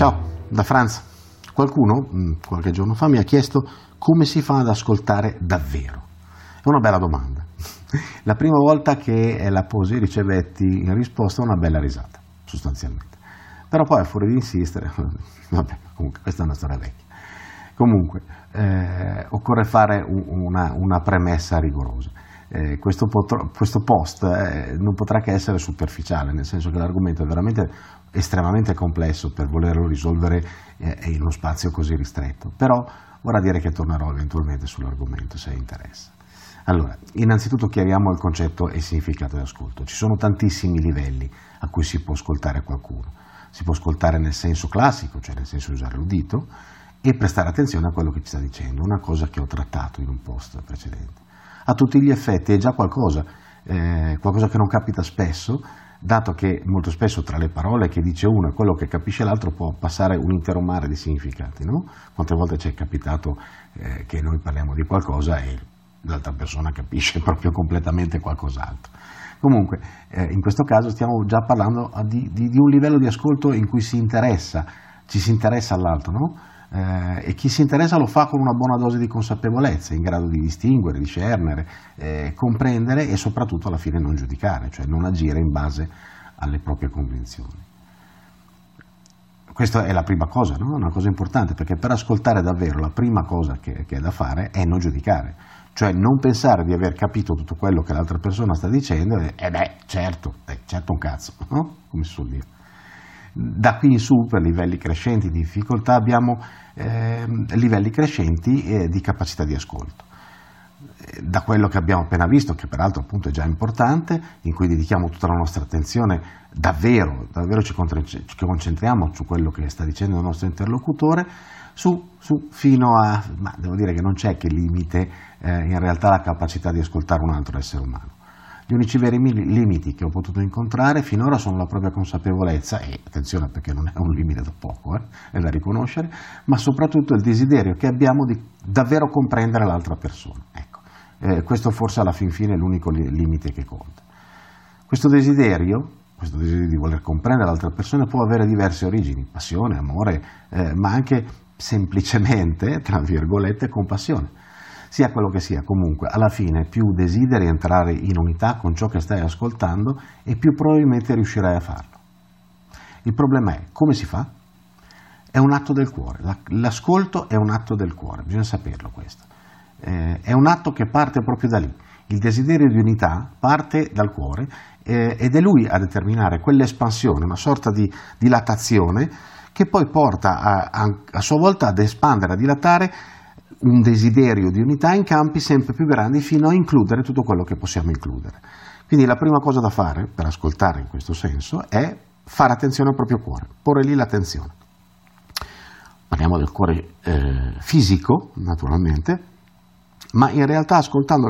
Ciao, da Franz. Qualcuno, qualche giorno fa, mi ha chiesto come si fa ad ascoltare davvero. È una bella domanda. La prima volta che la posi ricevetti in risposta una bella risata, sostanzialmente. Però poi, a furia di insistere, vabbè, comunque, questa è una storia vecchia. Comunque, occorre fare una premessa rigorosa. Questo post non potrà che essere superficiale, nel senso che l'argomento è veramente estremamente complesso per volerlo risolvere in uno spazio così ristretto, però vorrà dire che tornerò eventualmente sull'argomento se interessa. Allora, innanzitutto chiariamo il concetto e il significato di ascolto. Ci sono tantissimi livelli a cui si può ascoltare qualcuno. Si può ascoltare nel senso classico, cioè nel senso di usare l'udito, e prestare attenzione a quello che ci sta dicendo, una cosa che ho trattato in un post precedente. A tutti gli effetti è già qualcosa che non capita spesso, dato che molto spesso tra le parole che dice uno e quello che capisce l'altro può passare un intero mare di significati, no? Quante volte ci è capitato che noi parliamo di qualcosa e l'altra persona capisce proprio completamente qualcos'altro. Comunque, in questo caso stiamo già parlando di un livello di ascolto in cui ci si interessa all'altro, no? E chi si interessa lo fa con una buona dose di consapevolezza, in grado di distinguere, discernere, comprendere e soprattutto alla fine non giudicare, cioè non agire in base alle proprie convinzioni. Questa è la prima cosa, no? Una cosa importante, perché per ascoltare davvero la prima cosa che è da fare è non giudicare, cioè non pensare di aver capito tutto quello che l'altra persona sta dicendo e certo un cazzo, no? Come si suol dire. Da qui in su, per livelli crescenti di difficoltà, abbiamo livelli crescenti di capacità di ascolto. Da quello che abbiamo appena visto, che peraltro appunto è già importante, in cui dedichiamo tutta la nostra attenzione, davvero ci concentriamo su quello che sta dicendo il nostro interlocutore, fino a, ma devo dire che non c'è che limite in realtà la capacità di ascoltare un altro essere umano. Gli unici veri limiti che ho potuto incontrare finora sono la propria consapevolezza, e attenzione perché non è un limite da poco, è da riconoscere, ma soprattutto il desiderio che abbiamo di davvero comprendere l'altra persona. Ecco, questo forse alla fin fine è l'unico limite che conta. Questo desiderio di voler comprendere l'altra persona può avere diverse origini, passione, amore, ma anche semplicemente, tra virgolette, compassione. Sia quello che sia, comunque, alla fine più desideri entrare in unità con ciò che stai ascoltando e più probabilmente riuscirai a farlo. Il problema è, come si fa? È un atto del cuore, l'ascolto è un atto del cuore, bisogna saperlo questo. È un atto che parte proprio da lì. Il desiderio di unità parte dal cuore ed è lui a determinare quell'espansione, una sorta di dilatazione che poi porta a sua volta ad espandere, a dilatare un desiderio di unità in campi sempre più grandi fino a includere tutto quello che possiamo includere. Quindi la prima cosa da fare per ascoltare in questo senso è fare attenzione al proprio cuore, porre lì l'attenzione. Parliamo del cuore fisico, naturalmente, ma in realtà ascoltando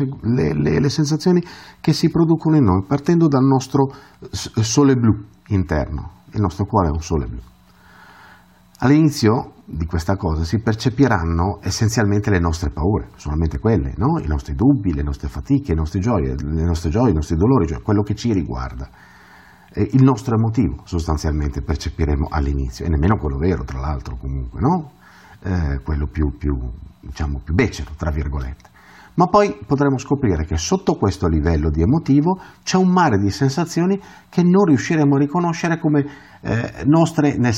le sensazioni che si producono in noi, partendo dal nostro sole blu interno. Il nostro cuore è un sole blu. All'inizio di questa cosa si percepiranno essenzialmente le nostre paure, solamente quelle, no? I nostri dubbi, le nostre fatiche, le nostre gioie, i nostri dolori, cioè quello che ci riguarda. Il nostro emotivo sostanzialmente percepiremo all'inizio, e nemmeno quello vero, tra l'altro, comunque, no? Quello più becero, tra virgolette. Ma poi potremo scoprire che sotto questo livello di emotivo c'è un mare di sensazioni che non riusciremo a riconoscere come nostre nel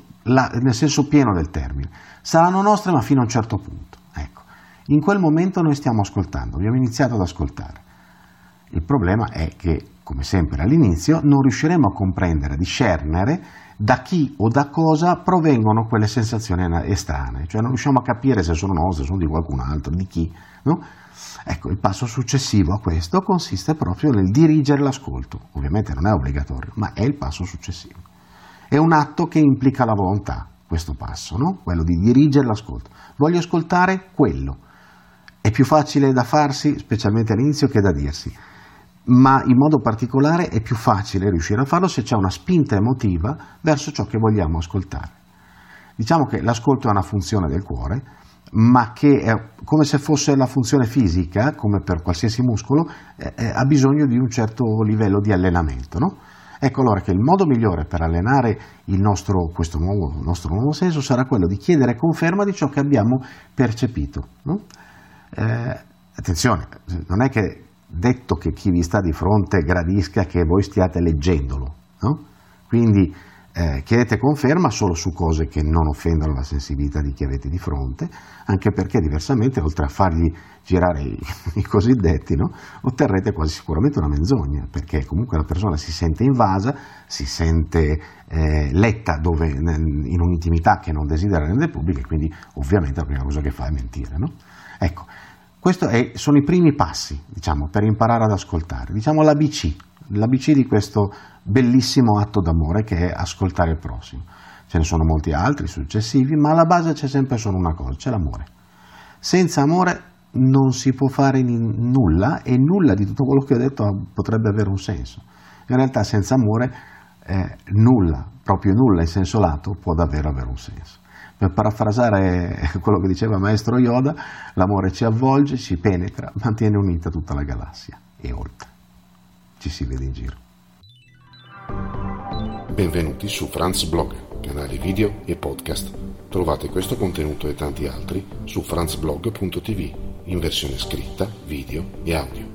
senso pieno del termine. Saranno nostre ma fino a un certo punto. Ecco. In quel momento noi stiamo ascoltando, abbiamo iniziato ad ascoltare. Il problema è che, come sempre all'inizio, non riusciremo a comprendere, a discernere da chi o da cosa provengono quelle sensazioni estranee, cioè non riusciamo a capire se sono nostre, sono di qualcun altro, di chi, no? Ecco, il passo successivo a questo consiste proprio nel dirigere l'ascolto. Ovviamente non è obbligatorio, ma è il passo successivo. È un atto che implica la volontà, questo passo, no? Quello di dirigere l'ascolto. Voglio ascoltare quello. È più facile da farsi, specialmente all'inizio, che da dirsi. Ma in modo particolare è più facile riuscire a farlo se c'è una spinta emotiva verso ciò che vogliamo ascoltare. Diciamo che l'ascolto è una funzione del cuore, ma che è come se fosse la funzione fisica, come per qualsiasi muscolo, ha bisogno di un certo livello di allenamento, no? Ecco allora che il modo migliore per allenare questo nostro nuovo senso sarà quello di chiedere conferma di ciò che abbiamo percepito, no? Attenzione, non è che detto che chi vi sta di fronte gradisca che voi stiate leggendolo, no? Quindi chiedete conferma solo su cose che non offendono la sensibilità di chi avete di fronte, anche perché diversamente, oltre a fargli girare i cosiddetti, no, otterrete quasi sicuramente una menzogna, perché comunque la persona si sente invasa, si sente letta in un'intimità che non desidera rendere pubblica, e quindi ovviamente la prima cosa che fa è mentire, no? Ecco, questi sono i primi passi, diciamo, per imparare ad ascoltare, diciamo l'ABC di questo bellissimo atto d'amore che è ascoltare il prossimo. Ce ne sono molti altri successivi, ma alla base c'è sempre solo una cosa, c'è l'amore. Senza amore non si può fare nulla, e nulla di tutto quello che ho detto potrebbe avere un senso. In realtà senza amore nulla, proprio nulla in senso lato, può davvero avere un senso. Per parafrasare quello che diceva Maestro Yoda, l'amore ci avvolge, ci penetra, mantiene unita tutta la galassia e oltre. Ci si vede in giro. Benvenuti su Franz Blog, canale video e podcast. Trovate questo contenuto e tanti altri su franzblog.tv in versione scritta, video e audio.